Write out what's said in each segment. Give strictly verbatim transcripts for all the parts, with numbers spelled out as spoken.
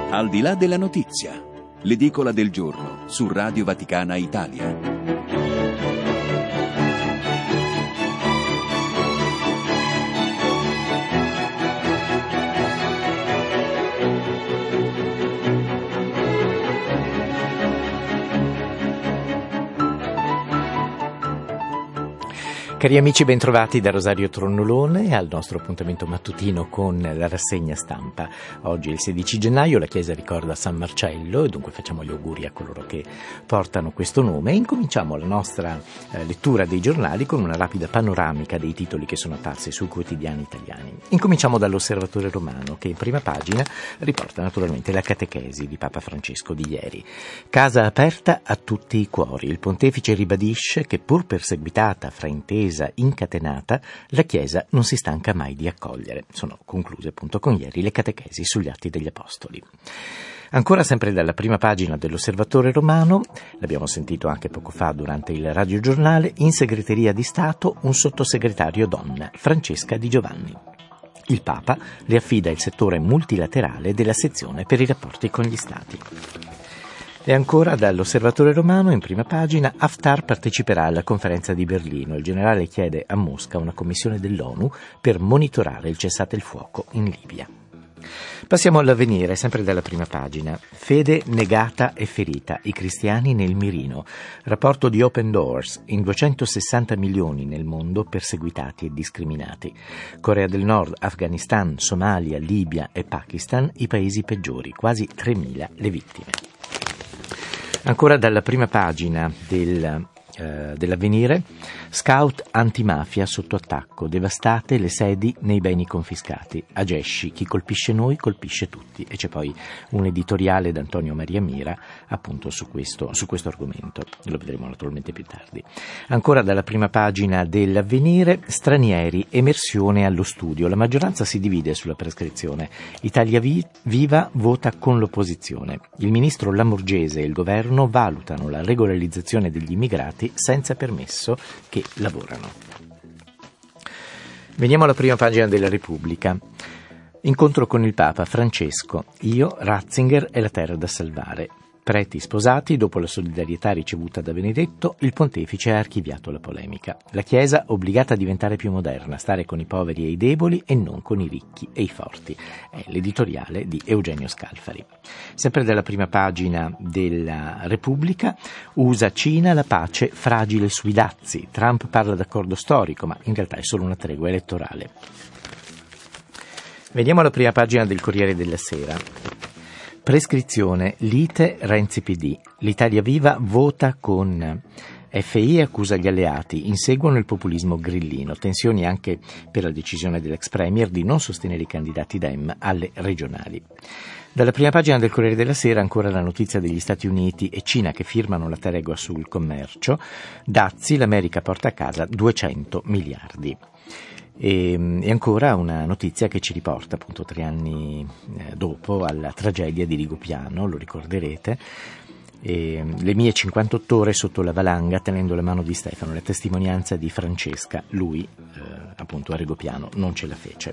Al di là della notizia, l'edicola del giorno su Radio Vaticana Italia. Cari amici, bentrovati da Rosario Tronnolone al nostro appuntamento mattutino con la rassegna stampa. Oggi è il sedici gennaio, la Chiesa ricorda San Marcello e dunque facciamo gli auguri a coloro che portano questo nome e incominciamo la nostra eh, lettura dei giornali con una rapida panoramica dei titoli che sono apparsi sui quotidiani italiani. Incominciamo dall'Osservatore Romano che in prima pagina riporta naturalmente la catechesi di Papa Francesco di ieri. Casa aperta a tutti i cuori. Il pontefice ribadisce che pur perseguitata, fraintesa, incatenata, la Chiesa non si stanca mai di accogliere. Sono concluse appunto con ieri le catechesi sugli Atti degli Apostoli. Ancora sempre dalla prima pagina dell'Osservatore Romano, l'abbiamo sentito anche poco fa durante il radiogiornale, in segreteria di Stato un sottosegretario donna, Francesca Di Giovanni. Il Papa le affida il settore multilaterale della sezione per i rapporti con gli Stati. E ancora dall'Osservatore Romano, in prima pagina, Haftar parteciperà alla conferenza di Berlino. Il generale chiede a Mosca una commissione dell'ONU per monitorare il cessate il fuoco in Libia. Passiamo all'Avvenire, sempre dalla prima pagina. Fede negata e ferita, i cristiani nel mirino. Rapporto di Open Doors, in duecentosessanta milioni nel mondo perseguitati e discriminati. Corea del Nord, Afghanistan, Somalia, Libia e Pakistan, i paesi peggiori, quasi tremila le vittime. Ancora dalla prima pagina del, eh, dell'Avvenire, scout antimafia sotto attacco, devastate le sedi nei beni confiscati. Agesci, chi colpisce noi colpisce tutti. E c'è poi un editoriale da Antonio Maria Mira appunto su questo, su questo argomento, lo vedremo naturalmente più tardi. Ancora dalla prima pagina dell'Avvenire, stranieri, emersione allo studio. La maggioranza si divide sulla prescrizione. Italia Viva vota con l'opposizione. Il ministro Lamorgese e il governo valutano la regolarizzazione degli immigrati senza permesso che lavorano. Veniamo alla prima pagina della Repubblica. Incontro con il Papa Francesco. Io, Ratzinger e la terra da salvare. Preti sposati, dopo la solidarietà ricevuta da Benedetto, il pontefice ha archiviato la polemica. La Chiesa obbligata a diventare più moderna, stare con i poveri e i deboli e non con i ricchi e i forti. È l'editoriale di Eugenio Scalfari. Sempre dalla prima pagina della Repubblica, U S A-Cina, la pace fragile sui dazi. Trump parla d'accordo storico, ma in realtà è solo una tregua elettorale. Vediamo la prima pagina del Corriere della Sera. Prescrizione, lite Renzi P D. L'Italia Viva vota con F I, accusa gli alleati, inseguono il populismo grillino. Tensioni anche per la decisione dell'ex premier di non sostenere i candidati Dem alle regionali. Dalla prima pagina del Corriere della Sera ancora la notizia degli Stati Uniti e Cina che firmano la tregua sul commercio. Dazi, l'America porta a casa duecento miliardi. E, e ancora una notizia che ci riporta appunto tre anni eh, dopo alla tragedia di Rigopiano, lo ricorderete, e, le mie cinquantotto ore sotto la valanga tenendo la mano di Stefano, la testimonianza di Francesca, lui eh, appunto a Rigopiano non ce la fece.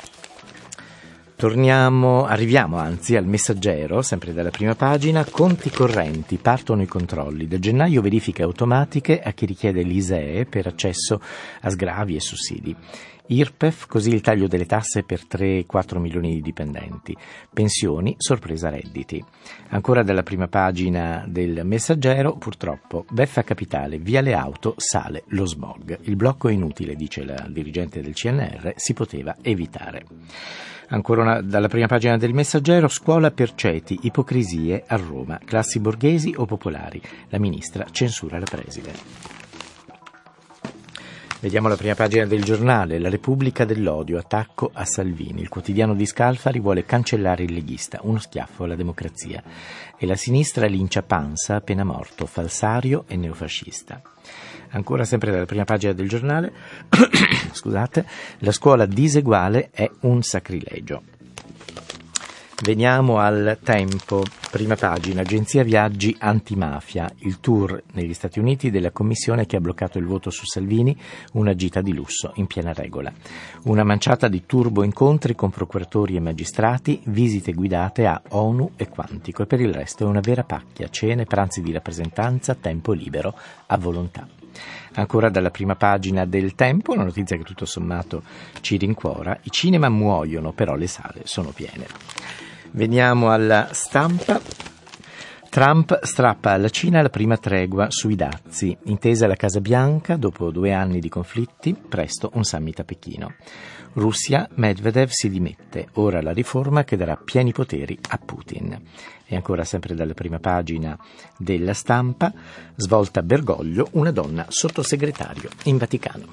Torniamo, arriviamo anzi al Messaggero, sempre dalla prima pagina, conti correnti, partono i controlli, da gennaio verifiche automatiche a chi richiede l'I S E E per accesso a sgravi e sussidi. I R P E F, così il taglio delle tasse per tre quattro milioni di dipendenti. Pensioni, sorpresa redditi. Ancora dalla prima pagina del Messaggero, purtroppo, beffa capitale, via le auto, sale lo smog. Il blocco è inutile, dice la dirigente del C N R, si poteva evitare. Ancora una, dalla prima pagina del Messaggero, scuola per ceti, ipocrisie a Roma, classi borghesi o popolari. La ministra censura la preside. Vediamo la prima pagina del Giornale, la Repubblica dell'odio, attacco a Salvini. Il quotidiano di Scalfari vuole cancellare il leghista, uno schiaffo alla democrazia. E la sinistra lincia Pansa, appena morto, falsario e neofascista. Ancora sempre dalla prima pagina del Giornale, scusate, la scuola diseguale è un sacrilegio. Veniamo al Tempo, prima pagina, agenzia viaggi antimafia, il tour negli Stati Uniti della commissione che ha bloccato il voto su Salvini, una gita di lusso in piena regola. Una manciata di turbo incontri con procuratori e magistrati, visite guidate a ONU e Quantico, e per il resto è una vera pacchia, cene, pranzi di rappresentanza, tempo libero a volontà. Ancora dalla prima pagina del Tempo, una notizia che tutto sommato ci rincuora: i cinema muoiono, però le sale sono piene. Veniamo alla Stampa. Trump strappa alla Cina la prima tregua sui dazi. Intesa alla Casa Bianca, dopo due anni di conflitti, presto un summit a Pechino. Russia, Medvedev si dimette, ora la riforma che darà pieni poteri a Putin. E ancora sempre dalla prima pagina della Stampa, svolta Bergoglio, una donna sottosegretario in Vaticano.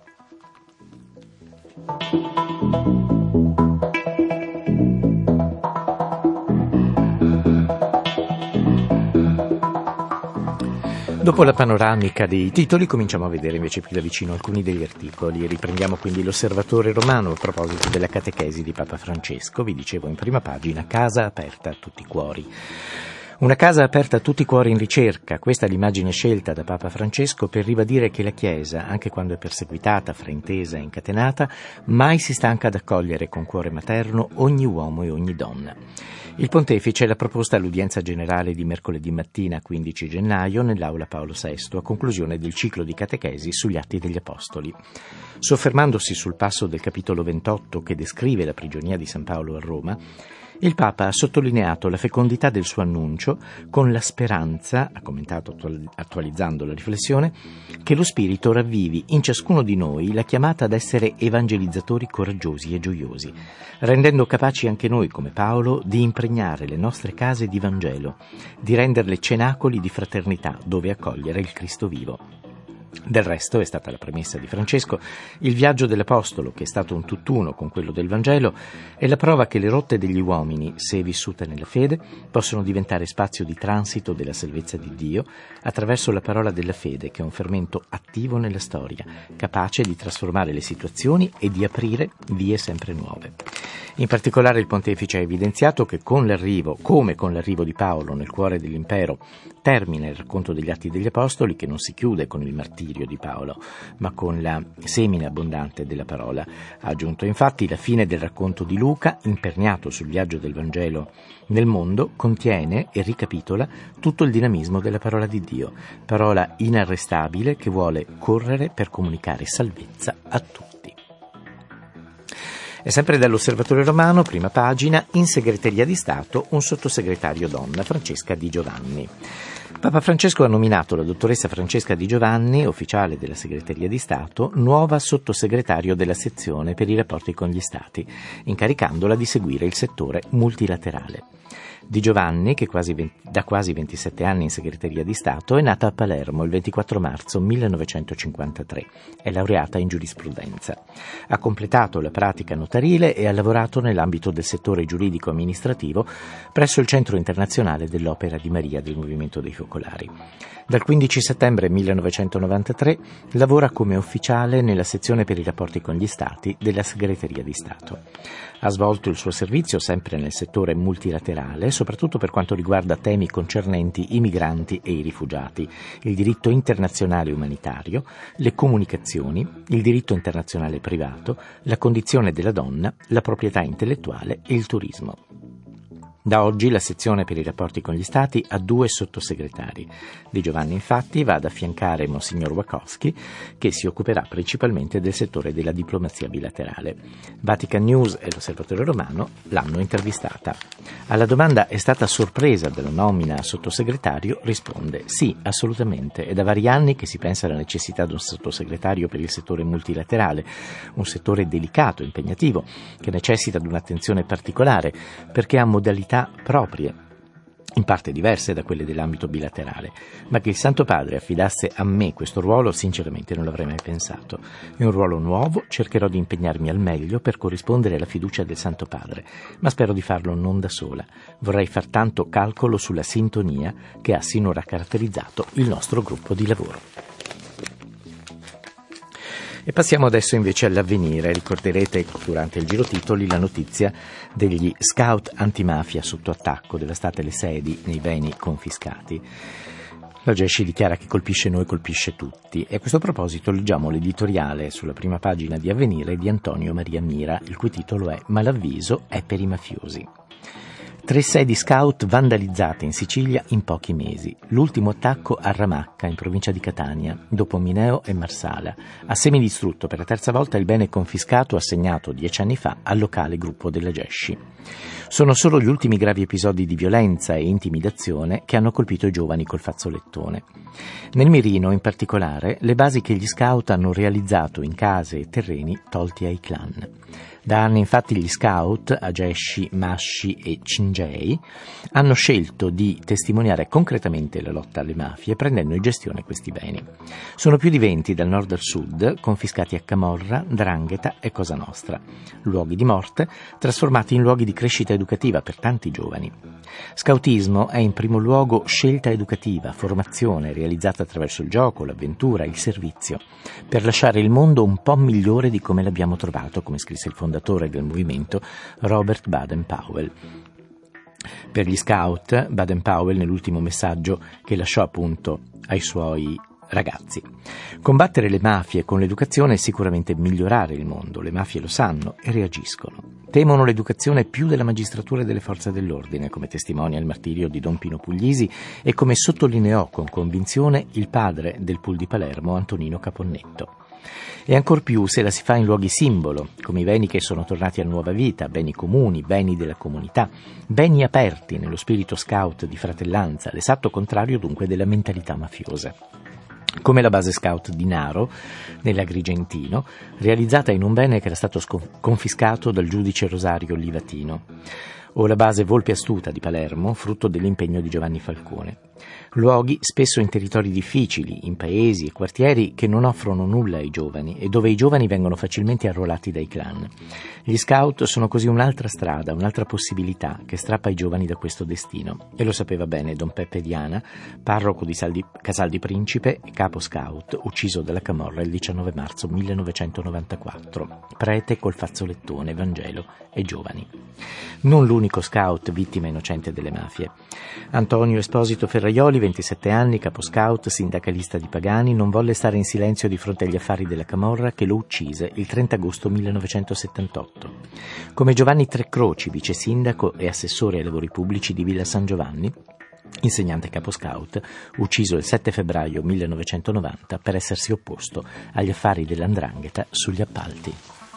Dopo la panoramica dei titoli cominciamo a vedere invece più da vicino alcuni degli articoli. Riprendiamo quindi l'Osservatore Romano a proposito della catechesi di Papa Francesco. Vi dicevo in prima pagina: casa aperta a tutti i cuori. Una casa aperta a tutti i cuori in ricerca, questa è l'immagine scelta da Papa Francesco per ribadire che la Chiesa, anche quando è perseguitata, fraintesa e incatenata, mai si stanca d'accogliere con cuore materno ogni uomo e ogni donna. Il Pontefice l'ha proposta all'udienza generale di mercoledì mattina quindici gennaio nell'Aula Paolo sesto, a conclusione del ciclo di catechesi sugli Atti degli Apostoli. Soffermandosi sul passo del capitolo ventotto che descrive la prigionia di San Paolo a Roma, il Papa ha sottolineato la fecondità del suo annuncio con la speranza, ha commentato attualizzando la riflessione, che lo Spirito ravvivi in ciascuno di noi la chiamata ad essere evangelizzatori coraggiosi e gioiosi, rendendo capaci anche noi, come Paolo, di impregnare le nostre case di Vangelo, di renderle cenacoli di fraternità dove accogliere il Cristo vivo. Del resto, è stata la premessa di Francesco, il viaggio dell'Apostolo, che è stato un tutt'uno con quello del Vangelo, è la prova che le rotte degli uomini, se vissute nella fede, possono diventare spazio di transito della salvezza di Dio attraverso la parola della fede, che è un fermento attivo nella storia, capace di trasformare le situazioni e di aprire vie sempre nuove. In particolare il Pontefice ha evidenziato che con l'arrivo, come con l'arrivo di Paolo nel cuore dell'impero, termina il racconto degli Atti degli Apostoli, che non si chiude con il martirio di Paolo, ma con la semina abbondante della parola. Ha aggiunto infatti: la fine del racconto di Luca, imperniato sul viaggio del Vangelo nel mondo, contiene e ricapitola tutto il dinamismo della parola di Dio, parola inarrestabile che vuole correre per comunicare salvezza a tutti. E sempre dall'Osservatore Romano, prima pagina, in segreteria di Stato un sottosegretario donna, Francesca Di Giovanni. Papa Francesco ha nominato la dottoressa Francesca Di Giovanni, ufficiale della segreteria di Stato, nuova sottosegretario della sezione per i rapporti con gli Stati, incaricandola di seguire il settore multilaterale. Di Giovanni, che quasi venti, da quasi ventisette anni in segreteria di Stato, è nata a Palermo il ventiquattro marzo millenovecentocinquantatré. È laureata in giurisprudenza. Ha completato la pratica notarile e ha lavorato nell'ambito del settore giuridico-amministrativo presso il Centro Internazionale dell'Opera di Maria del Movimento dei Focolari. Dal quindici settembre millenovecentonovantatré lavora come ufficiale nella sezione per i rapporti con gli Stati della segreteria di Stato. Ha svolto il suo servizio sempre nel settore multilaterale, soprattutto per quanto riguarda temi concernenti i migranti e i rifugiati, il diritto internazionale umanitario, le comunicazioni, il diritto internazionale privato, la condizione della donna, la proprietà intellettuale e il turismo. Da oggi la sezione per i rapporti con gli Stati ha due sottosegretari. Di Giovanni infatti va ad affiancare Monsignor Wachowski, che si occuperà principalmente del settore della diplomazia bilaterale. Vatican News e l'Osservatore Romano l'hanno intervistata. Alla domanda: è stata sorpresa dalla nomina a sottosegretario, risponde: sì, assolutamente. È da vari anni che si pensa alla necessità di un sottosegretario per il settore multilaterale, un settore delicato, impegnativo, che necessita di un'attenzione particolare perché ha modalità proprie, in parte diverse da quelle dell'ambito bilaterale, ma che il Santo Padre affidasse a me questo ruolo sinceramente non l'avrei mai pensato. È un ruolo nuovo, cercherò di impegnarmi al meglio per corrispondere alla fiducia del Santo Padre, ma spero di farlo non da sola. Vorrei far tanto calcolo sulla sintonia che ha sinora caratterizzato il nostro gruppo di lavoro. E passiamo adesso invece all'Avvenire. Ricorderete durante il girotitoli la notizia degli scout antimafia sotto attacco, devastate le sedi nei beni confiscati. La Gesci dichiara che colpisce noi, colpisce tutti. E a questo proposito leggiamo l'editoriale sulla prima pagina di Avvenire di Antonio Maria Mira, il cui titolo è "Ma l'avviso è per i mafiosi". Tre sedi scout vandalizzate in Sicilia in pochi mesi. L'ultimo attacco a Ramacca, in provincia di Catania, dopo Mineo e Marsala. Ha semidistrutto per la terza volta il bene confiscato assegnato dieci anni fa al locale gruppo della Gesci. Sono solo gli ultimi gravi episodi di violenza e intimidazione che hanno colpito i giovani col fazzolettone. Nel mirino, in particolare, le basi che gli scout hanno realizzato in case e terreni tolti ai clan. Da anni infatti gli scout, Agesci, Masci e Cingei, hanno scelto di testimoniare concretamente la lotta alle mafie prendendo in gestione questi beni. Sono più di venti dal nord al sud, confiscati a Camorra, 'Ndrangheta e Cosa Nostra. Luoghi di morte trasformati in luoghi di crescita educativa per tanti giovani. Scautismo è in primo luogo scelta educativa, formazione realizzata attraverso il gioco, l'avventura, il servizio, per lasciare il mondo un po' migliore di come l'abbiamo trovato, come scrisse il fondatore del movimento Robert Baden-Powell. Per gli scout, Baden-Powell nell'ultimo messaggio che lasciò appunto ai suoi ragazzi: combattere le mafie con l'educazione è sicuramente migliorare il mondo, le mafie lo sanno e reagiscono. Temono l'educazione più della magistratura e delle forze dell'ordine, come testimonia il martirio di Don Pino Puglisi e come sottolineò con convinzione il padre del Pool di Palermo, Antonino Caponnetto. E ancor più se la si fa in luoghi simbolo, come i beni che sono tornati a nuova vita, beni comuni, beni della comunità, beni aperti nello spirito scout di fratellanza, l'esatto contrario dunque della mentalità mafiosa. Come la base scout di Naro, nell'Agrigentino, realizzata in un bene che era stato sconf- confiscato dal giudice Rosario Livatino, o la base Volpe Astuta di Palermo, frutto dell'impegno di Giovanni Falcone. Luoghi spesso in territori difficili, in paesi e quartieri che non offrono nulla ai giovani e dove i giovani vengono facilmente arruolati dai clan. Gli scout sono così un'altra strada, un'altra possibilità che strappa i giovani da questo destino. E lo sapeva bene Don Peppe Diana, parroco di Saldi, Casal di Principe e capo scout, ucciso dalla Camorra il diciannove marzo millenovecentonovantaquattro, prete col fazzolettone, Vangelo e giovani. Non l'unico scout vittima innocente delle mafie. Antonio Esposito Ferraioli, ventisette anni, capo scout, sindacalista di Pagani, non volle stare in silenzio di fronte agli affari della Camorra che lo uccise il trenta agosto millenovecentosettantotto. Come Giovanni Trecroci, vice sindaco e assessore ai lavori pubblici di Villa San Giovanni, insegnante capo scout, ucciso il sette febbraio millenovecentonovanta per essersi opposto agli affari dell'Andrangheta sugli appalti.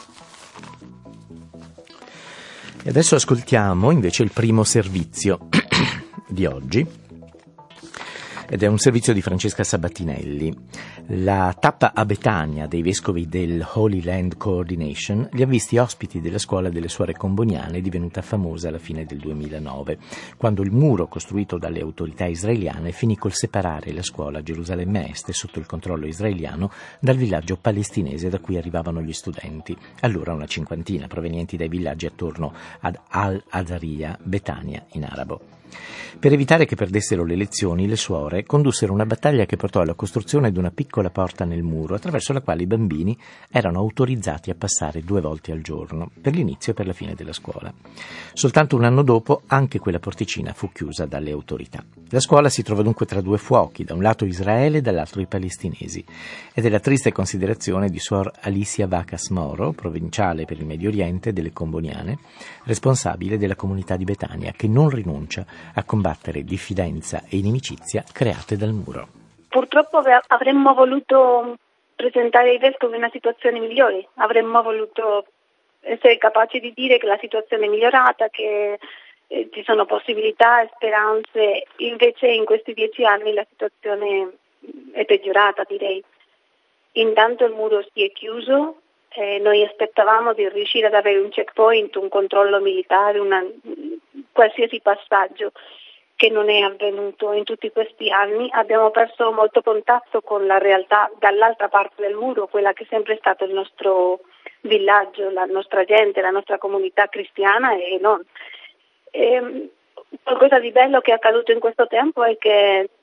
E adesso ascoltiamo invece il primo servizio di oggi, ed è un servizio di Francesca Sabattinelli. La tappa a Betania dei vescovi del Holy Land Coordination li ha visti ospiti della scuola delle suore comboniane, divenuta famosa alla fine del duemilanove, quando il muro costruito dalle autorità israeliane finì col separare la scuola Gerusalemme Est, sotto il controllo israeliano, dal villaggio palestinese da cui arrivavano gli studenti, allora una cinquantina, provenienti dai villaggi attorno ad Al-Azariya, Betania in arabo. Per evitare che perdessero le lezioni, le suore condussero una battaglia che portò alla costruzione di una piccola porta nel muro, attraverso la quale i bambini erano autorizzati a passare due volte al giorno, per l'inizio e per la fine della scuola. Soltanto un anno dopo anche quella porticina fu chiusa dalle autorità. La scuola si trova dunque tra due fuochi, da un lato Israele e dall'altro i palestinesi, ed è la triste considerazione di suor Alicia Vacas Moro, provinciale per il Medio Oriente delle Comboniane, responsabile della comunità di Betania, che non rinuncia a combattere diffidenza e inimicizia create dal muro. Purtroppo avremmo voluto presentare ai vescovi una situazione migliore, avremmo voluto essere capaci di dire che la situazione è migliorata, che eh, ci sono possibilità e speranze, invece in questi dieci anni la situazione è peggiorata, direi. Intanto il muro si è chiuso, eh, noi aspettavamo di riuscire ad avere un checkpoint, un controllo militare, una, qualsiasi passaggio, che non è avvenuto in tutti questi anni. Abbiamo perso molto contatto con la realtà dall'altra parte del muro, quella che è sempre stato il nostro villaggio, la nostra gente, la nostra comunità cristiana e non. E qualcosa di bello che è accaduto in questo tempo è che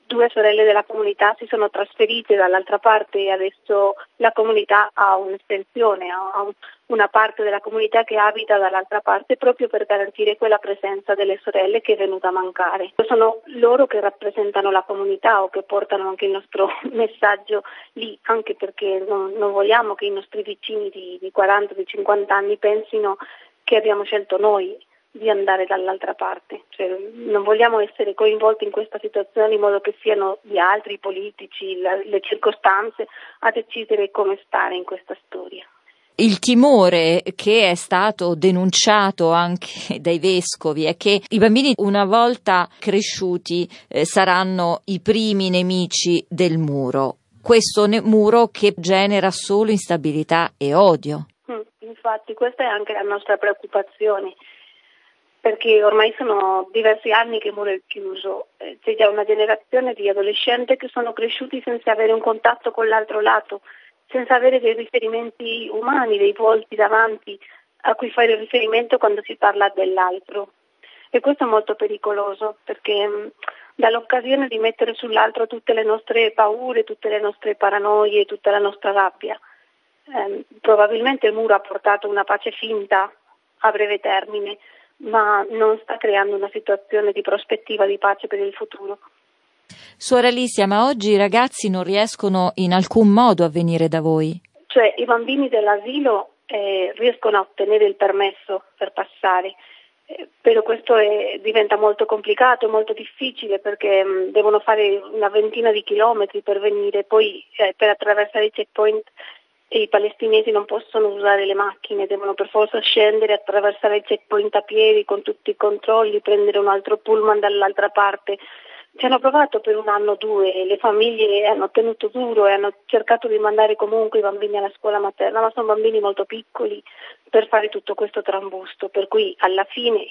due sorelle della comunità si sono trasferite dall'altra parte e adesso la comunità ha un'estensione, ha una parte della comunità che abita dall'altra parte proprio per garantire quella presenza delle sorelle che è venuta a mancare. Sono loro che rappresentano la comunità o che portano anche il nostro messaggio lì, anche perché non, non vogliamo che i nostri vicini di, di quaranta, di cinquanta anni pensino che abbiamo scelto noi di andare dall'altra parte, cioè, non vogliamo essere coinvolti in questa situazione in modo che siano gli altri politici, la, le circostanze a decidere come stare in questa storia. Il timore che è stato denunciato anche dai vescovi è che i bambini una volta cresciuti eh, saranno i primi nemici del muro, questo ne- muro che genera solo instabilità e odio. Mm, infatti questa è anche la nostra preoccupazione, perché ormai sono diversi anni che il muro è chiuso, eh, c'è già una generazione di adolescenti che sono cresciuti senza avere un contatto con l'altro lato, senza avere dei riferimenti umani, dei volti davanti a cui fare riferimento quando si parla dell'altro. E questo è molto pericoloso, perché mh, dà l'occasione di mettere sull'altro tutte le nostre paure, tutte le nostre paranoie, tutta la nostra rabbia. Eh, probabilmente il muro ha portato una pace finta a breve termine, ma non sta creando una situazione di prospettiva di pace per il futuro. Suora Alicia, ma oggi i ragazzi non riescono in alcun modo a venire da voi? Cioè i bambini dell'asilo eh, riescono a ottenere il permesso per passare, eh, però questo è, diventa molto complicato, molto difficile perché mh, devono fare una ventina di chilometri per venire, poi eh, per attraversare i checkpoint e i palestinesi non possono usare le macchine, devono per forza scendere, attraversare il checkpoint a piedi con tutti i controlli, prendere un altro pullman dall'altra parte. Ci hanno provato per un anno o due, le famiglie hanno tenuto duro e hanno cercato di mandare comunque i bambini alla scuola materna, ma sono bambini molto piccoli per fare tutto questo trambusto, per cui alla fine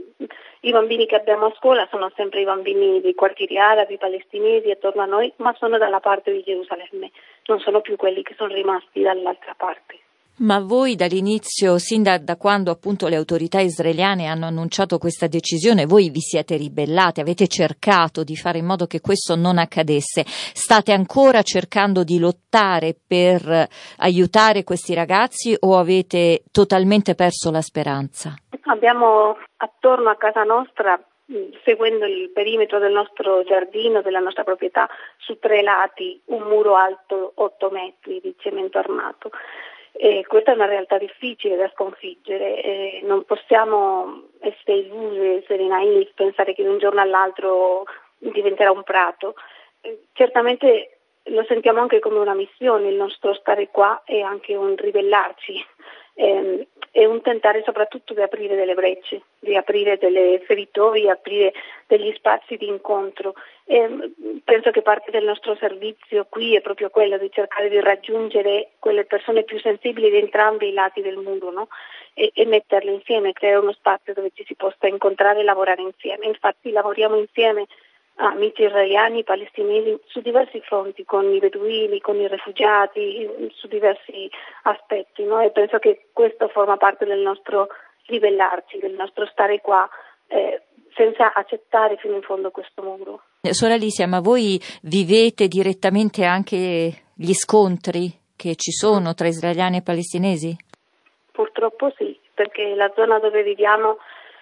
i bambini che abbiamo a scuola sono sempre i bambini dei quartieri arabi, palestinesi attorno a noi, ma sono dalla parte di Gerusalemme, non sono più quelli che sono rimasti dall'altra parte. Ma voi dall'inizio, sin da, da quando appunto le autorità israeliane hanno annunciato questa decisione, voi vi siete ribellati, avete cercato di fare in modo che questo non accadesse. State ancora cercando di lottare per aiutare questi ragazzi o avete totalmente perso la speranza? Abbiamo attorno a casa nostra, seguendo il perimetro del nostro giardino, della nostra proprietà, su tre lati un muro alto otto metri di cemento armato. E questa è una realtà difficile da sconfiggere, e non possiamo essere illuse, essere naif, pensare che da un giorno all'altro diventerà un prato. Certamente lo sentiamo anche come una missione, il nostro stare qua è anche un ribellarci, è, è un tentare soprattutto di aprire delle brecce, di aprire delle feritoie, aprire degli spazi di incontro. E penso che parte del nostro servizio qui è proprio quello di cercare di raggiungere quelle persone più sensibili di entrambi i lati del muro, no? e, e metterle insieme, creare uno spazio dove ci si possa incontrare e lavorare insieme. Infatti lavoriamo insieme amici israeliani, palestinesi, su diversi fronti, con i beduini, con i rifugiati, su diversi aspetti, no? E penso che questo forma parte del nostro ribellarci, del nostro stare qua, eh, senza accettare fino in fondo questo muro. Suora Alicia, ma voi vivete direttamente anche gli scontri che ci sono tra israeliani e palestinesi? Purtroppo sì, perché la zona dove viviamo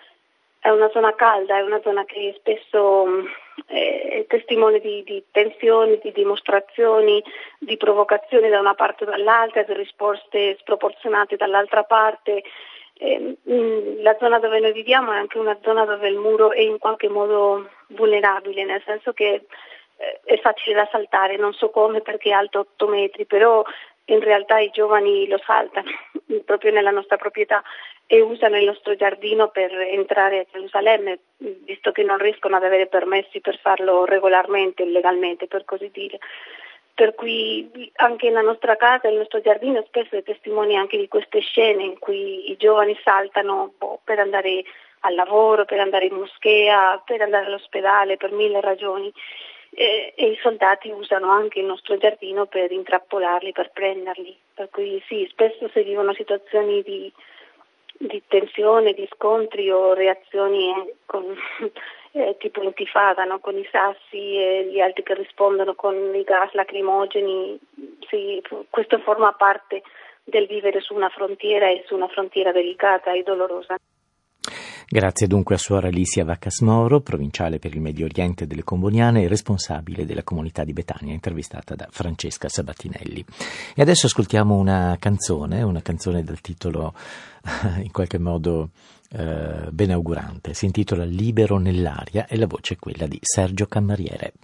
è una zona calda, è una zona che spesso è testimone di, di tensioni, di dimostrazioni, di provocazioni da una parte o dall'altra, di risposte sproporzionate dall'altra parte. Eh, la zona dove noi viviamo è anche una zona dove il muro è in qualche modo vulnerabile, nel senso che eh, è facile da saltare, non so come perché è alto otto metri, però in realtà i giovani lo saltano proprio nella nostra proprietà e usano il nostro giardino per entrare a Gerusalemme, visto che non riescono ad avere permessi per farlo regolarmente, legalmente per così dire. Per cui anche la nostra casa, il nostro giardino spesso è testimone anche di queste scene in cui i giovani saltano boh, per andare al lavoro, per andare in moschea, per andare all'ospedale, per mille ragioni. E, e i soldati usano anche il nostro giardino per intrappolarli, per prenderli. Per cui sì, spesso si vivono situazioni di, di tensione, di scontri o reazioni con eh, tipo intifada, no? Con i sassi e gli altri che rispondono con i gas lacrimogeni. Sì, questo forma parte del vivere su una frontiera e su una frontiera delicata e dolorosa. Grazie dunque a Suor Alicia Vaccas Moro, provinciale per il Medio Oriente delle Comboniane e responsabile della comunità di Betania, intervistata da Francesca Sabatinelli. E adesso ascoltiamo una canzone, una canzone dal titolo in qualche modo eh, benaugurante. Si intitola Libero nell'aria e la voce è quella di Sergio Cammariere.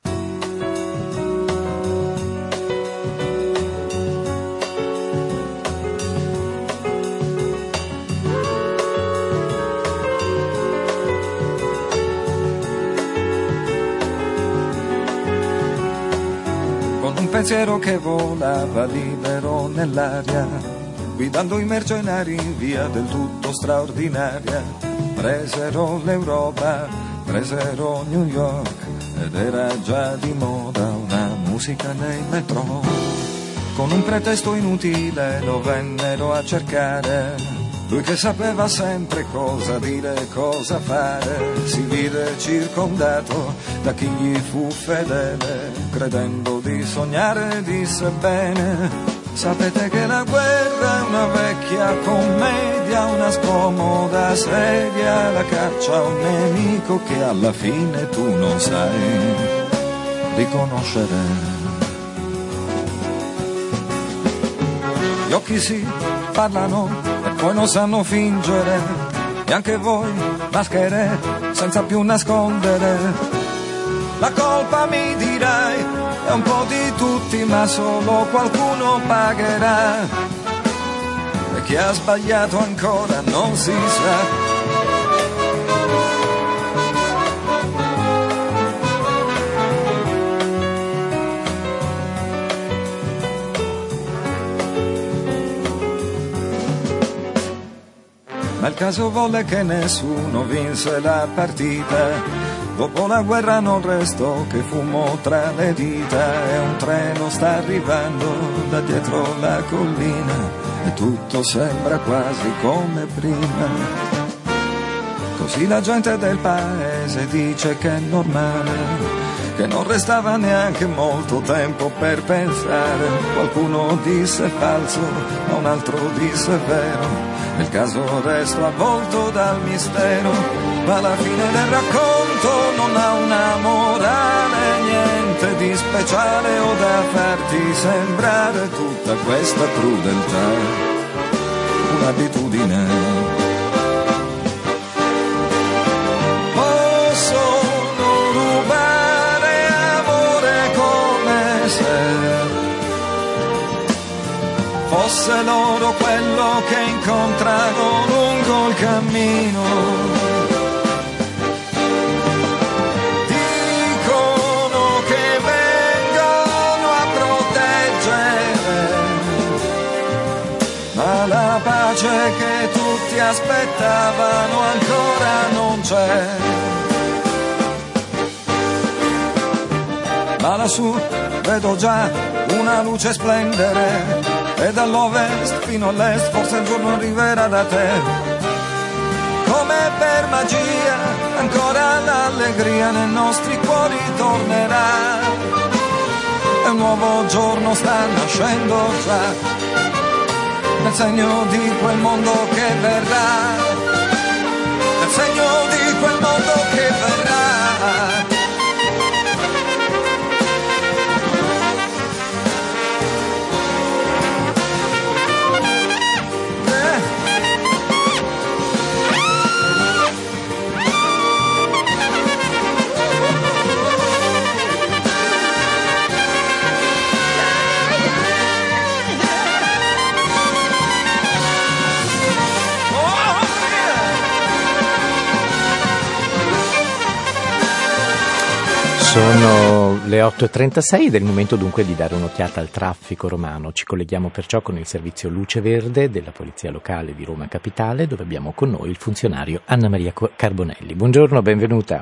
Pensiero che volava libero nell'aria, guidando i mercenari in via del tutto straordinaria. Presero l'Europa, presero New York, ed era già di moda una musica nei metro. Con un pretesto inutile lo vennero a cercare. Lui che sapeva sempre cosa dire, cosa fare, si vide circondato da chi gli fu fedele, credendo di sognare disse bene: sapete che la guerra è una vecchia commedia, una scomoda sedia, la caccia a un nemico che alla fine tu non sai riconoscere. Gli occhi si parlano e poi non sanno fingere, e anche voi maschere senza più nascondere. La colpa, mi dirai, è un po' di tutti, ma solo qualcuno pagherà, e chi ha sbagliato ancora non si sa. Ma il caso volle che nessuno vinse la partita. Dopo la guerra non restò che fumo tra le dita, e un treno sta arrivando da dietro la collina e tutto sembra quasi come prima. Così la gente del paese dice che è normale, che non restava neanche molto tempo per pensare. Qualcuno disse falso, ma un altro disse vero. Il caso resta avvolto dal mistero, ma alla fine del racconto non ha una morale, niente di speciale o da farti sembrare tutta questa crudeltà un'abitudine. Possono rubare amore come se fosse loro quello che incontrano lungo il cammino. Dicono che vengono a proteggere, ma la pace che tutti aspettavano ancora non c'è. Ma lassù vedo già una luce splendere, e dall'ovest fino all'est forse il giorno arriverà da te. Come per magia ancora l'allegria nei nostri cuori tornerà, e un nuovo giorno sta nascendo già, nel segno di quel mondo che verrà, nel segno di quel mondo che verrà. Sono le otto e trentasei ed è il momento dunque di dare un'occhiata al traffico romano. Ci colleghiamo perciò con il servizio Luce Verde della Polizia Locale di Roma Capitale, dove abbiamo con noi il funzionario Anna Maria Carbonelli. Buongiorno, benvenuta.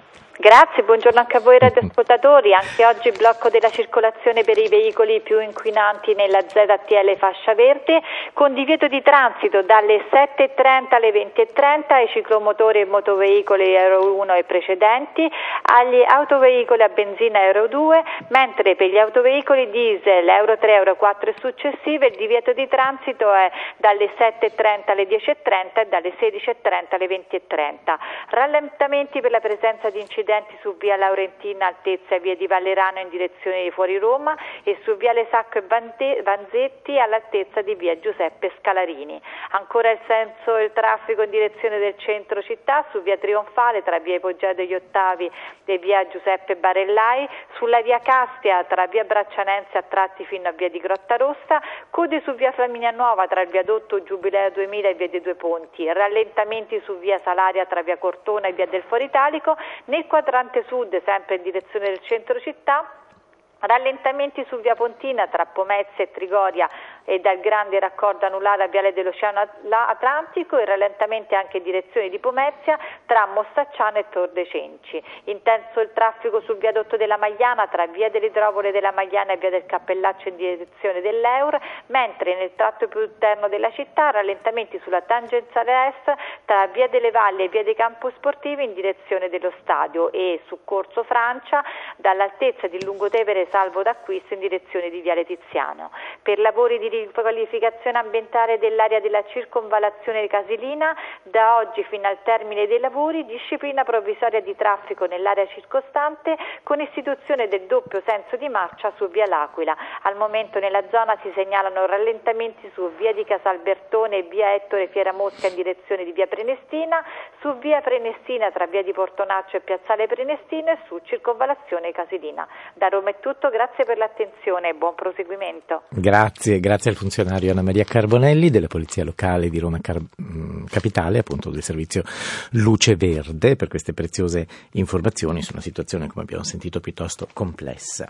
Grazie, buongiorno anche a voi radioascoltatori. Anche oggi blocco della circolazione per i veicoli più inquinanti nella Z T L fascia verde, con divieto di transito dalle sette e trenta alle venti e trenta ai ciclomotori e motoveicoli Euro uno e precedenti, agli autoveicoli a benzina Euro due, mentre per gli autoveicoli diesel Euro tre, Euro quattro e successive il divieto di transito è dalle sette e trenta alle dieci e trenta e dalle sedici e trenta alle venti e trenta. Rallentamenti per la presenza di incidenti su via Laurentina altezza via di Vallerano in direzione di Fuori Roma e su viale Sacco e Vanzetti all'altezza di via Giuseppe Scalarini. Ancora il senso del traffico in direzione del centro città su via Trionfale tra via Ipogea degli Ottavi e via Giuseppe Barellai, sulla via Castia tra via Braccianense a tratti fino a via di Grottarossa, code su via Flaminia Nuova tra il viadotto Giubileo duemila e via dei Due Ponti, rallentamenti su via Salaria tra via Cortona e via del Foro Italico, nel quadrante sud sempre in direzione del centro città. Rallentamenti su via Pontina tra Pomezia e Trigoria e dal grande raccordo anulare a viale dell'Oceano Atlantico e rallentamenti anche in direzione di Pomezia tra Mostacciano e Tor dei Cenci. Intenso il traffico sul viadotto della Magliana tra via delle Idrovole della Magliana e via del Cappellaccio in direzione dell'Eur, mentre nel tratto più interno della città rallentamenti sulla tangenziale est tra via delle Valli e via dei Campos Sportivi in direzione dello stadio e su Corso Francia dall'altezza di Lungotevere salvo d'acquisto in direzione di viale Tiziano. Per lavori di riqualificazione ambientale dell'area della circonvallazione Casilina, da oggi fino al termine dei lavori, disciplina provvisoria di traffico nell'area circostante con istituzione del doppio senso di marcia su via L'Aquila. Al momento nella zona si segnalano rallentamenti su via di Casalbertone e via Ettore Fieramosca in direzione di via Prenestina, su via Prenestina tra via di Portonaccio e piazzale Prenestina e su circonvallazione Casilina. Da Roma è tutto. Grazie per l'attenzione e buon proseguimento. Grazie, grazie al funzionario Anna Maria Carbonelli della Polizia Locale di Roma Car- Capitale, appunto del servizio Luce Verde, per queste preziose informazioni su una situazione, come abbiamo sentito, piuttosto complessa.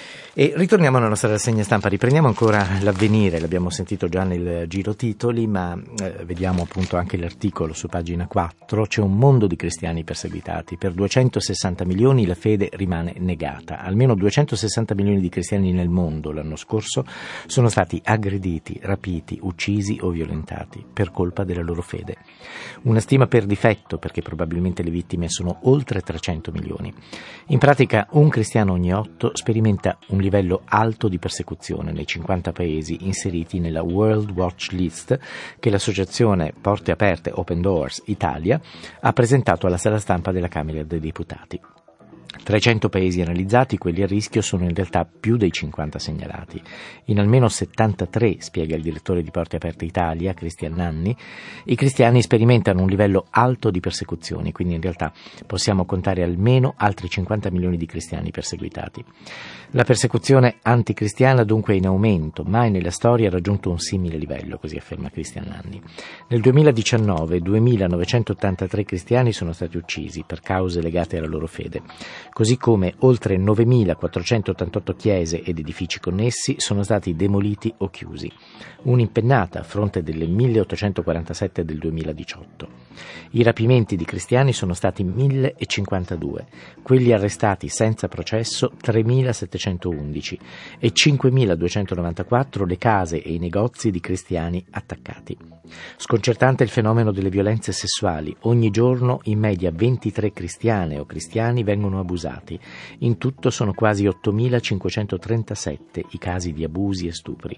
E ritorniamo alla nostra rassegna stampa, riprendiamo ancora l'Avvenire, l'abbiamo sentito già nel giro titoli, ma eh, vediamo appunto anche l'articolo su pagina quattro. C'è un mondo di cristiani perseguitati, per duecentosessanta milioni la fede rimane negata, almeno duecentosessanta milioni di cristiani nel mondo l'anno scorso sono stati aggrediti, rapiti, uccisi o violentati per colpa della loro fede. Una stima per difetto, perché probabilmente le vittime sono oltre trecento milioni. In pratica un cristiano ogni otto sperimenta un livello alto di persecuzione nei cinquanta paesi inseriti nella World Watch List che l'associazione Porte Aperte Open Doors Italia ha presentato alla sala stampa della Camera dei Deputati. Tra i cento paesi analizzati, quelli a rischio sono in realtà più dei cinquanta segnalati. In almeno settantatré, spiega il direttore di Porte Aperte Italia, Cristian Nanni, i cristiani sperimentano un livello alto di persecuzioni, quindi in realtà possiamo contare almeno altri cinquanta milioni di cristiani perseguitati. La persecuzione anticristiana dunque è in aumento, mai nella storia ha raggiunto un simile livello, così afferma Cristian Nanni. Nel duemiladiciannove duemilanovecentottantatré cristiani sono stati uccisi per cause legate alla loro fede, così come oltre novemilaquattrocentottantotto chiese ed edifici connessi sono stati demoliti o chiusi. Un'impennata a fronte delle milleottocentoquarantasette del duemiladiciotto. I rapimenti di cristiani sono stati millecinquantadue, quelli arrestati senza processo tremilasettecentoundici e cinquemiladuecentonovantaquattro le case e i negozi di cristiani attaccati. Sconcertante il fenomeno delle violenze sessuali. Ogni giorno in media ventitré cristiane o cristiani vengono abusati. In tutto sono quasi ottomilacinquecentotrentasette i casi di abusi e stupri.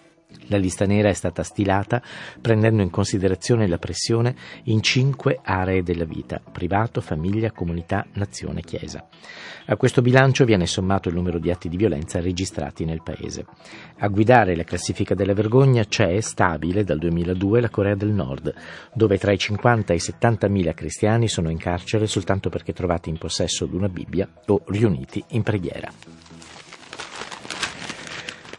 La lista nera è stata stilata prendendo in considerazione la pressione in cinque aree della vita: privato, famiglia, comunità, nazione, chiesa. A questo bilancio viene sommato il numero di atti di violenza registrati nel paese. A guidare la classifica della vergogna c'è, stabile, dal duemiladue, la Corea del Nord, dove tra i cinquanta e i settantamila cristiani sono in carcere soltanto perché trovati in possesso di una Bibbia o riuniti in preghiera.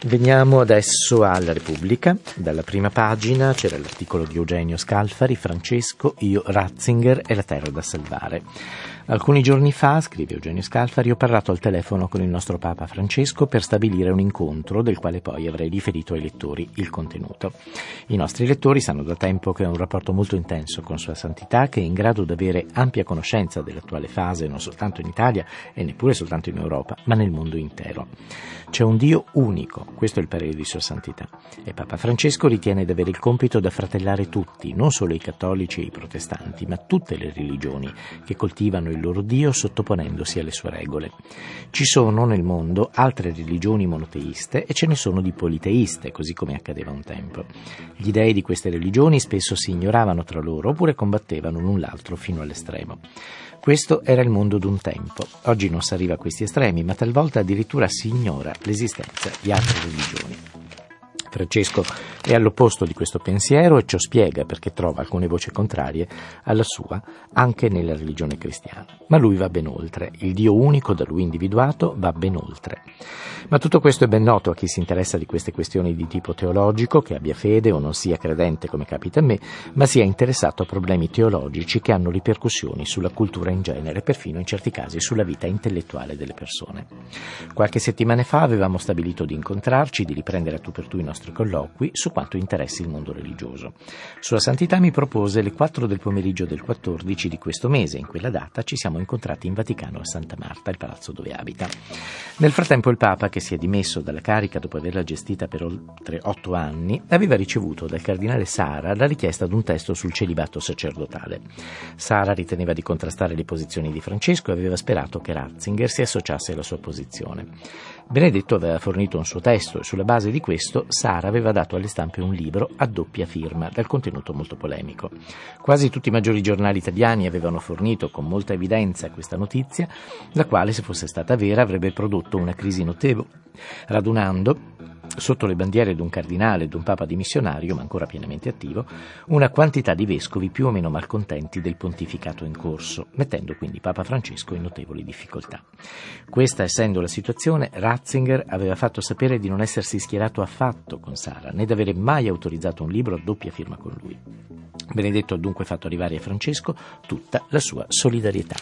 Veniamo adesso alla Repubblica. Dalla prima pagina c'era l'articolo di Eugenio Scalfari, Francesco, io, Ratzinger e la terra da salvare. Alcuni giorni fa, scrive Eugenio Scalfari, ho parlato al telefono con il nostro Papa Francesco per stabilire un incontro del quale poi avrei riferito ai lettori il contenuto. I nostri lettori sanno da tempo che ho un rapporto molto intenso con Sua Santità, che è in grado di avere ampia conoscenza dell'attuale fase non soltanto in Italia e neppure soltanto in Europa, ma nel mondo intero. C'è un Dio unico, questo è il parere di Sua Santità, e Papa Francesco ritiene di avere il compito di affratellare tutti, non solo i cattolici e i protestanti, ma tutte le religioni che coltivano il loro Dio sottoponendosi alle sue regole. Ci sono nel mondo altre religioni monoteiste e ce ne sono di politeiste, così come accadeva un tempo. Gli dei di queste religioni spesso si ignoravano tra loro oppure combattevano l'un l'altro fino all'estremo. Questo era il mondo d'un tempo. Oggi non si arriva a questi estremi, ma talvolta addirittura si ignora l'esistenza di altre religioni. Francesco è all'opposto di questo pensiero e ciò spiega perché trova alcune voci contrarie alla sua anche nella religione cristiana. Ma lui va ben oltre, il Dio unico da lui individuato va ben oltre. Ma tutto questo è ben noto a chi si interessa di queste questioni di tipo teologico, che abbia fede o non sia credente come capita a me, ma sia interessato a problemi teologici che hanno ripercussioni sulla cultura in genere, perfino in certi casi sulla vita intellettuale delle persone. Qualche settimana fa avevamo stabilito di incontrarci, di riprendere a tu per tu i nostri colloqui su quanto interessi il mondo religioso. Sua Santità mi propose le quattro del pomeriggio del quattordici di questo mese. In quella data ci siamo incontrati in Vaticano a Santa Marta, il palazzo dove abita. Nel frattempo il Papa, che si è dimesso dalla carica dopo averla gestita per oltre otto anni, aveva ricevuto dal cardinale Sara la richiesta di un testo sul celibato sacerdotale. Sara riteneva di contrastare le posizioni di Francesco e aveva sperato che Ratzinger si associasse alla sua posizione. Benedetto aveva fornito un suo testo e sulla base di questo Sara aveva dato alle stampe un libro a doppia firma, dal contenuto molto polemico. Quasi tutti i maggiori giornali italiani avevano fornito con molta evidenza questa notizia, la quale, se fosse stata vera, avrebbe prodotto una crisi notevole, radunando sotto le bandiere di un cardinale e di un papa dimissionario, ma ancora pienamente attivo, una quantità di vescovi più o meno malcontenti del pontificato in corso, mettendo quindi Papa Francesco in notevoli difficoltà. Questa essendo la situazione, Ratzinger aveva fatto sapere di non essersi schierato affatto con Sara, né di avere mai autorizzato un libro a doppia firma con lui. Benedetto ha dunque fatto arrivare a Francesco tutta la sua solidarietà.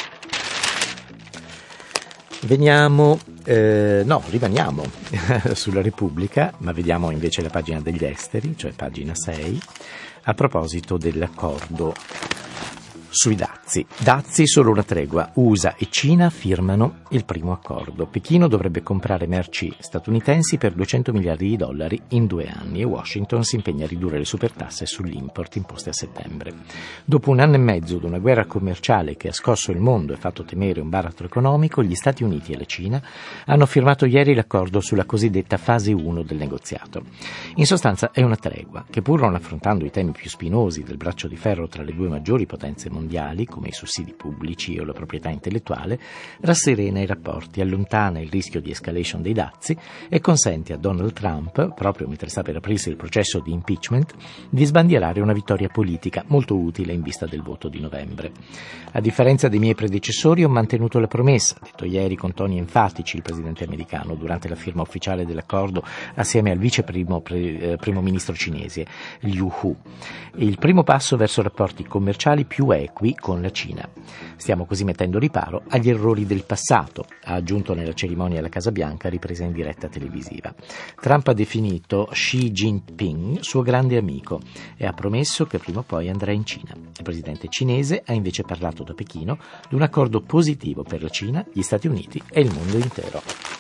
Veniamo, eh, no, rimaniamo sulla Repubblica, ma vediamo invece la pagina degli esteri, cioè pagina sei, a proposito dell'accordo sui dazi. Dazi solo una tregua. U S A e Cina firmano il primo accordo. Pechino dovrebbe comprare merci statunitensi per duecento miliardi di dollari in due anni e Washington si impegna a ridurre le supertasse sull'import imposte a settembre. Dopo un anno e mezzo di una guerra commerciale che ha scosso il mondo e fatto temere un baratro economico, gli Stati Uniti e la Cina hanno firmato ieri l'accordo sulla cosiddetta fase uno del negoziato. In sostanza è una tregua che, pur non affrontando i temi più spinosi del braccio di ferro tra le due maggiori potenze mondiali, come i sussidi pubblici o la proprietà intellettuale, rasserena i rapporti, allontana il rischio di escalation dei dazi e consente a Donald Trump, proprio mentre sta per aprirsi il processo di impeachment, di sbandierare una vittoria politica molto utile in vista del voto di novembre. A differenza dei miei predecessori ho mantenuto la promessa, detto ieri con toni enfatici il presidente americano durante la firma ufficiale dell'accordo assieme al vice primo, pre, eh, primo ministro cinese Liu Hu. Il primo passo verso rapporti commerciali più equi con la Cina. Stiamo così mettendo riparo agli errori del passato, ha aggiunto nella cerimonia alla Casa Bianca ripresa in diretta televisiva. Trump ha definito Xi Jinping suo grande amico e ha promesso che prima o poi andrà in Cina. Il presidente cinese ha invece parlato da Pechino di un accordo positivo per la Cina, gli Stati Uniti e il mondo intero.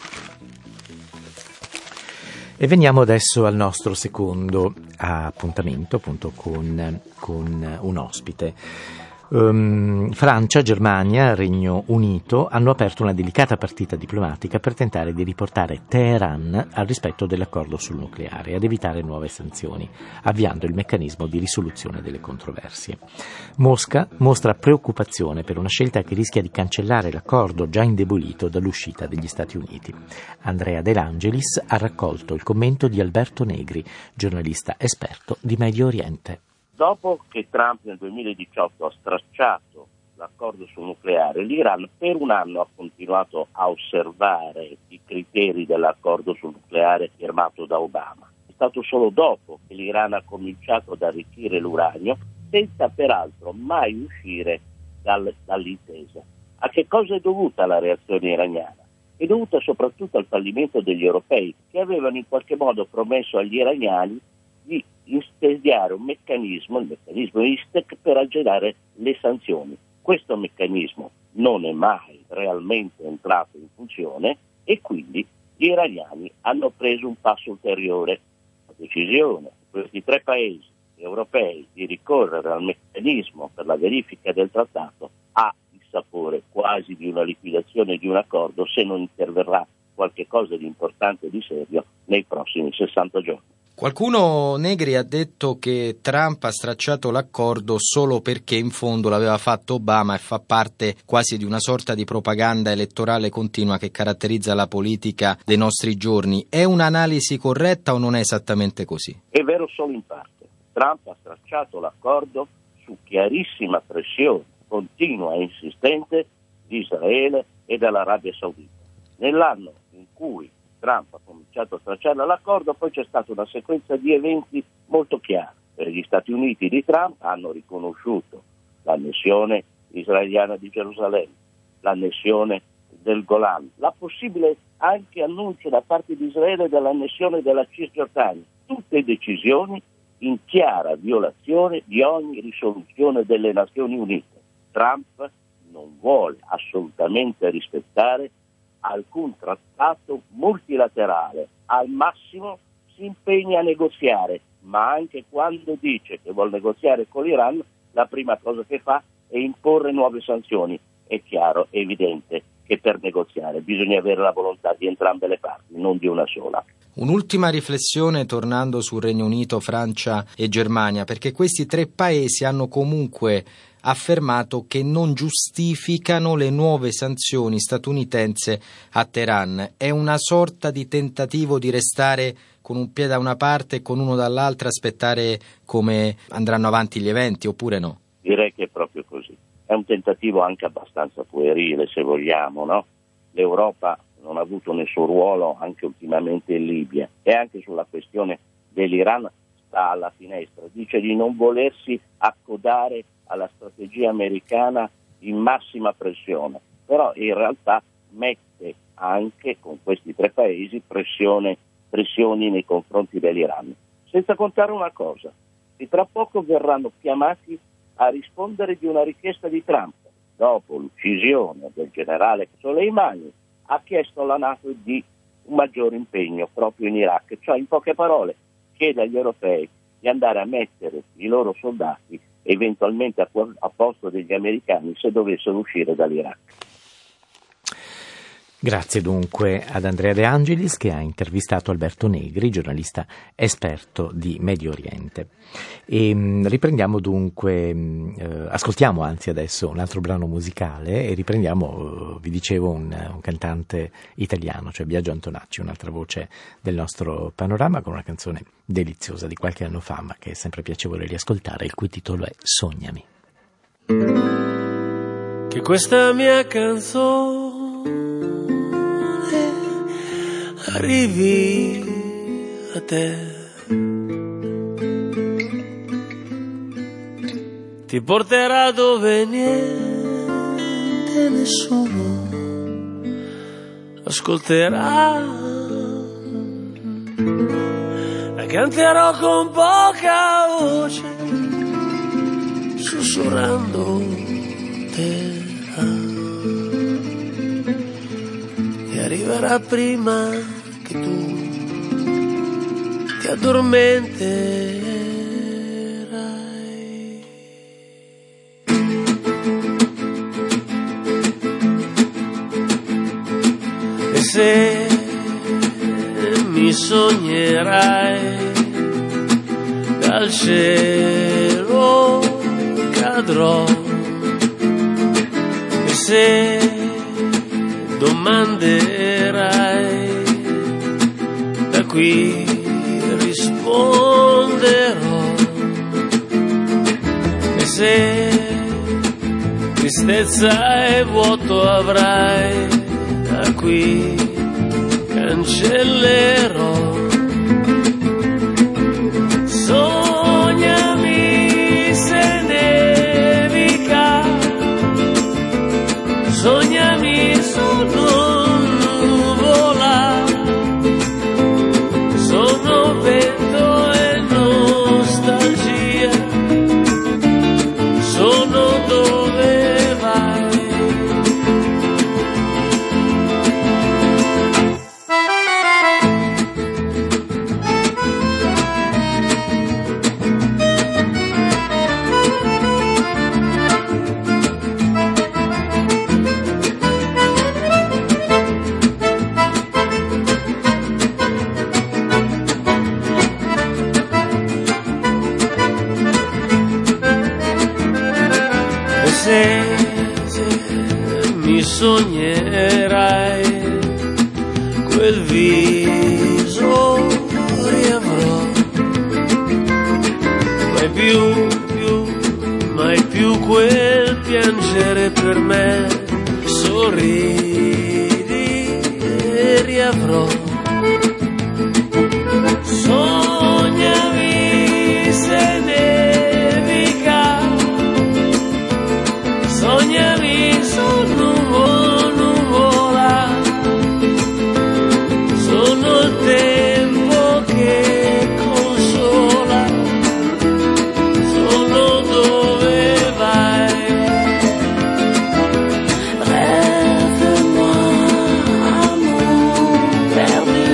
E veniamo adesso al nostro secondo appuntamento, appunto con, con un ospite. Um, Francia, Germania, Regno Unito hanno aperto una delicata partita diplomatica per tentare di riportare Teheran al rispetto dell'accordo sul nucleare e ad evitare nuove sanzioni, avviando il meccanismo di risoluzione delle controversie. Mosca mostra preoccupazione per una scelta che rischia di cancellare l'accordo già indebolito dall'uscita degli Stati Uniti. Andrea De Angelis ha raccolto il commento di Alberto Negri, giornalista esperto di Medio Oriente. Dopo che Trump nel duemiladiciotto ha stracciato l'accordo sul nucleare, l'Iran per un anno ha continuato a osservare i criteri dell'accordo sul nucleare firmato da Obama. È stato solo dopo che l'Iran ha cominciato ad arricchire l'uranio, senza peraltro mai uscire dal, dall'intesa. A che cosa è dovuta la reazione iraniana? È dovuta soprattutto al fallimento degli europei, che avevano in qualche modo promesso agli iraniani di insediare un meccanismo, il meccanismo I S T E C, per aggirare le sanzioni. Questo meccanismo non è mai realmente entrato in funzione e quindi gli iraniani hanno preso un passo ulteriore. La decisione di questi tre paesi europei di ricorrere al meccanismo per la verifica del trattato ha il sapore quasi di una liquidazione di un accordo, se non interverrà qualche cosa di importante e di serio nei prossimi sessanta giorni. Qualcuno, Negri, ha detto che Trump ha stracciato l'accordo solo perché in fondo l'aveva fatto Obama e fa parte quasi di una sorta di propaganda elettorale continua che caratterizza la politica dei nostri giorni. È un'analisi corretta o non è esattamente così? È vero solo in parte. Trump ha stracciato l'accordo su chiarissima pressione continua e insistente di Israele e dell'Arabia Saudita. Nell'anno in cui Trump ha cominciato a stracciare l'accordo, poi c'è stata una sequenza di eventi molto chiari. Per gli Stati Uniti di Trump hanno riconosciuto l'annessione israeliana di Gerusalemme, l'annessione del Golan, la possibile anche annuncio da parte di Israele dell'annessione della Cisgiordania, tutte decisioni in chiara violazione di ogni risoluzione delle Nazioni Unite. Trump non vuole assolutamente rispettare alcun trattato multilaterale, al massimo si impegna a negoziare, ma anche quando dice che vuole negoziare con l'Iran, la prima cosa che fa è imporre nuove sanzioni. È chiaro, è evidente che per negoziare bisogna avere la volontà di entrambe le parti, non di una sola. Un'ultima riflessione tornando sul Regno Unito, Francia e Germania, perché questi tre paesi hanno comunque affermato che non giustificano le nuove sanzioni statunitense a Teheran. È una sorta di tentativo di restare con un piede da una parte e con uno dall'altra, aspettare come andranno avanti gli eventi, oppure no? Direi che è proprio così. È un tentativo anche abbastanza puerile, se vogliamo, no? L'Europa non ha avuto nessun ruolo anche ultimamente in Libia e anche sulla questione dell'Iran sta alla finestra. Dice di non volersi accodare alla strategia americana in massima pressione, però in realtà mette anche con questi tre paesi pressione, pressioni nei confronti dell'Iran. Senza contare una cosa, che tra poco verranno chiamati a rispondere di una richiesta di Trump. Dopo l'uccisione del generale Soleimani ha chiesto alla NATO di un maggiore impegno proprio in Iraq, cioè in poche parole chiede agli europei di andare a mettere i loro soldati eventualmente a, a posto degli americani se dovessero uscire dall'Iraq. Grazie dunque ad Andrea De Angelis che ha intervistato Alberto Negri, giornalista esperto di Medio Oriente. E mh, riprendiamo dunque, mh, eh, ascoltiamo anzi adesso un altro brano musicale e riprendiamo, uh, vi dicevo, un, un cantante italiano, cioè Biagio Antonacci, un'altra voce del nostro panorama con una canzone deliziosa di qualche anno fa ma che è sempre piacevole riascoltare, il cui titolo è Sognami. Che questa mia canzone arrivi a te, ti porterà dove niente nessuno ascolterà, la canterò con poca voce, sussurrando te e arriverà prima che tu ti addormenterai. E se mi sognerai, dal cielo cadrò. E se domanderai, da qui risponderò. E se questa tristezza e vuoto avrai, da qui cancellerò. Sognami se nevica, sognami sono nuvola, sono vento e nostalgia, sono dove vai. Se, se mi sognerai, quel viso riavrò, mai più, più, mai più quel piangere per me, sorridi e riavrò. Sognami se nevica, sognami sono nuvola, sono il tempo che consola, sono dove vai. Rêve-moi, amour perdu,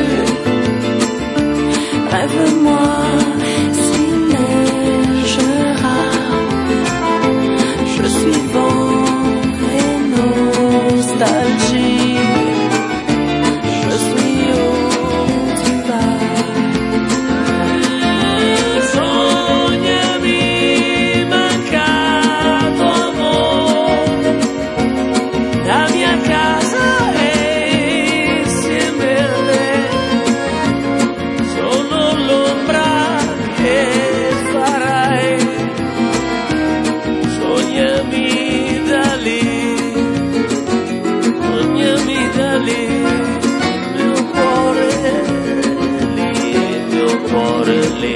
rêve-moi s'il neigera, je suis vent et nostalgie, je suis où tu vas. Sognami mancato amore, la mia casa è insieme a te, sono l'ombra che farai. Sognami da lì, sognami da lì, mio cuore lì, mio cuore lì.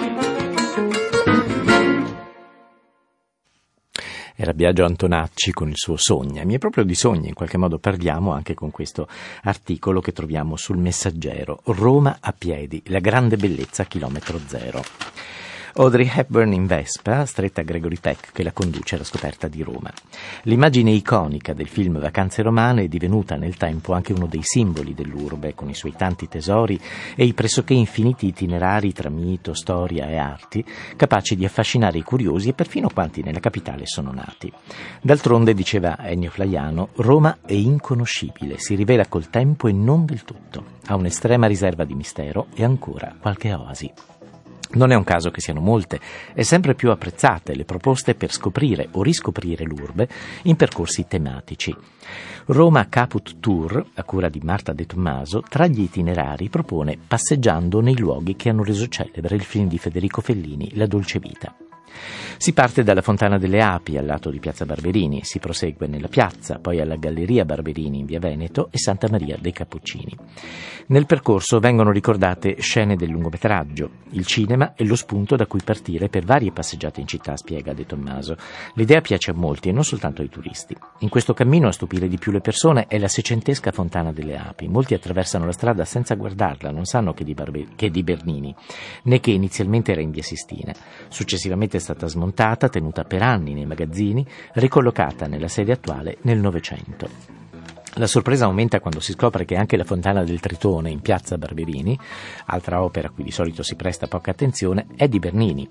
Era Biagio Antonacci con il suo Sognami, e proprio di sogni in qualche modo parliamo anche con questo articolo che troviamo sul Messaggero. Roma a piedi, la grande bellezza a chilometro zero. Audrey Hepburn in Vespa, stretta a Gregory Peck, che la conduce alla scoperta di Roma. L'immagine iconica del film Vacanze romane è divenuta nel tempo anche uno dei simboli dell'urbe, con i suoi tanti tesori e i pressoché infiniti itinerari tra mito, storia e arti, capaci di affascinare i curiosi e perfino quanti nella capitale sono nati. D'altronde, diceva Ennio Flaiano, Roma è inconoscibile, si rivela col tempo e non del tutto. Ha un'estrema riserva di mistero e ancora qualche oasi. Non è un caso che siano molte e sempre più apprezzate le proposte per scoprire o riscoprire l'urbe in percorsi tematici. Roma Caput Tour, a cura di Marta De Tommaso, tra gli itinerari propone Passeggiando nei luoghi che hanno reso celebre il film di Federico Fellini, La dolce vita. Si parte dalla Fontana delle Api al lato di Piazza Barberini, si prosegue nella piazza, poi alla Galleria Barberini in via Veneto e Santa Maria dei Cappuccini. Nel percorso vengono ricordate scene del lungometraggio. Il cinema è lo spunto da cui partire per varie passeggiate in città, spiega De Tommaso. L'idea piace a molti e non soltanto ai turisti. In questo cammino a stupire di più le persone è la seicentesca Fontana delle Api. Molti attraversano la strada senza guardarla, non sanno che di, Barbe- che è di Bernini, né che inizialmente era in via Sistina. Successivamente è stata smontata, tenuta per anni nei magazzini, ricollocata nella sede attuale nel Novecento. La sorpresa aumenta quando si scopre che anche la Fontana del Tritone in piazza Barberini, altra opera a cui di solito si presta poca attenzione, è di Bernini.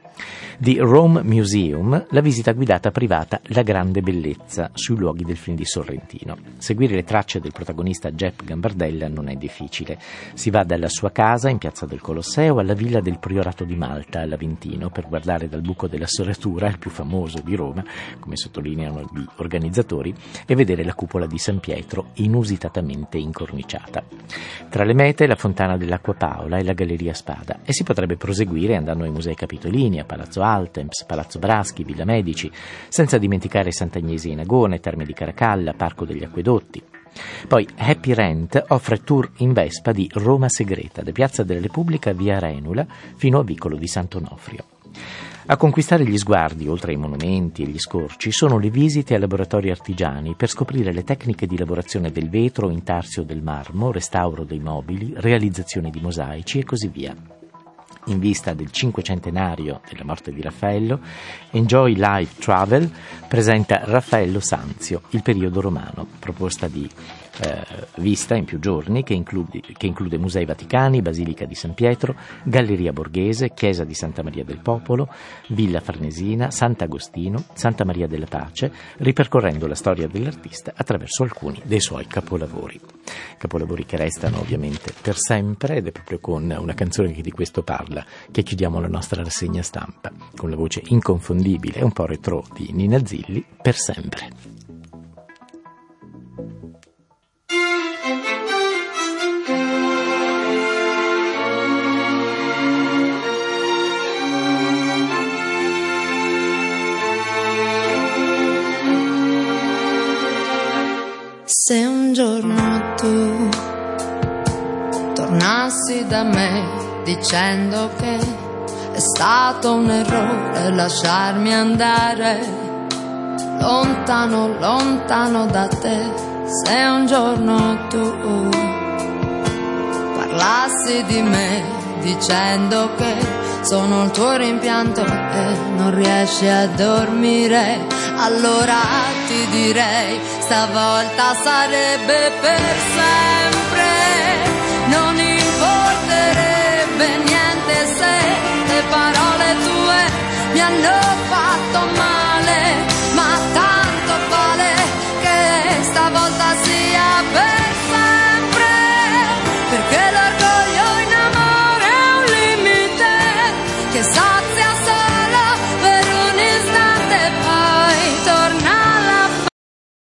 Di Rome Museum, la visita guidata privata La grande bellezza, sui luoghi del film di Sorrentino. Seguire le tracce del protagonista Jepp Gambardella non è difficile. Si va dalla sua casa in piazza del Colosseo alla villa del Priorato di Malta, all'Aventino, per guardare dal buco della serratura, il più famoso di Roma, come sottolineano gli organizzatori, e vedere la cupola di San Pietro inusitatamente incorniciata. Tra le mete la Fontana dell'Acqua Paola e la Galleria Spada, e si potrebbe proseguire andando ai Musei Capitolini, a Palazzo Altemps, Palazzo Braschi, Villa Medici, senza dimenticare Sant'Agnese in Agone, Terme di Caracalla, Parco degli Acquedotti. Poi Happy Rent offre tour in Vespa di Roma Segreta, da Piazza della Repubblica via Renula fino a Vicolo di Sant'Onofrio. A conquistare gli sguardi, oltre ai monumenti e gli scorci, sono le visite ai laboratori artigiani per scoprire le tecniche di lavorazione del vetro, intarsio del marmo, restauro dei mobili, realizzazione di mosaici e così via. In vista del cinquecentenario della morte di Raffaello, Enjoy Life Travel presenta Raffaello Sanzio, il periodo romano, proposta di eh, vista in più giorni che include, che include Musei Vaticani, Basilica di San Pietro, Galleria Borghese, Chiesa di Santa Maria del Popolo, Villa Farnesina, Sant'Agostino, Santa Maria della Pace, ripercorrendo la storia dell'artista attraverso alcuni dei suoi capolavori. Capolavori che restano ovviamente per sempre, ed è proprio con una canzone che di questo parla che chiudiamo la nostra rassegna stampa, con la voce inconfondibile e un po' retro di Nina Zilli, Per sempre. Se un giorno tu tornassi da me dicendo che è stato un errore lasciarmi andare lontano, lontano da te, se un giorno tu parlassi di me dicendo che sono il tuo rimpianto e non riesci a dormire, allora ti direi stavolta sarebbe per sempre, non importerebbe niente se le parole tue mi hanno fatto male.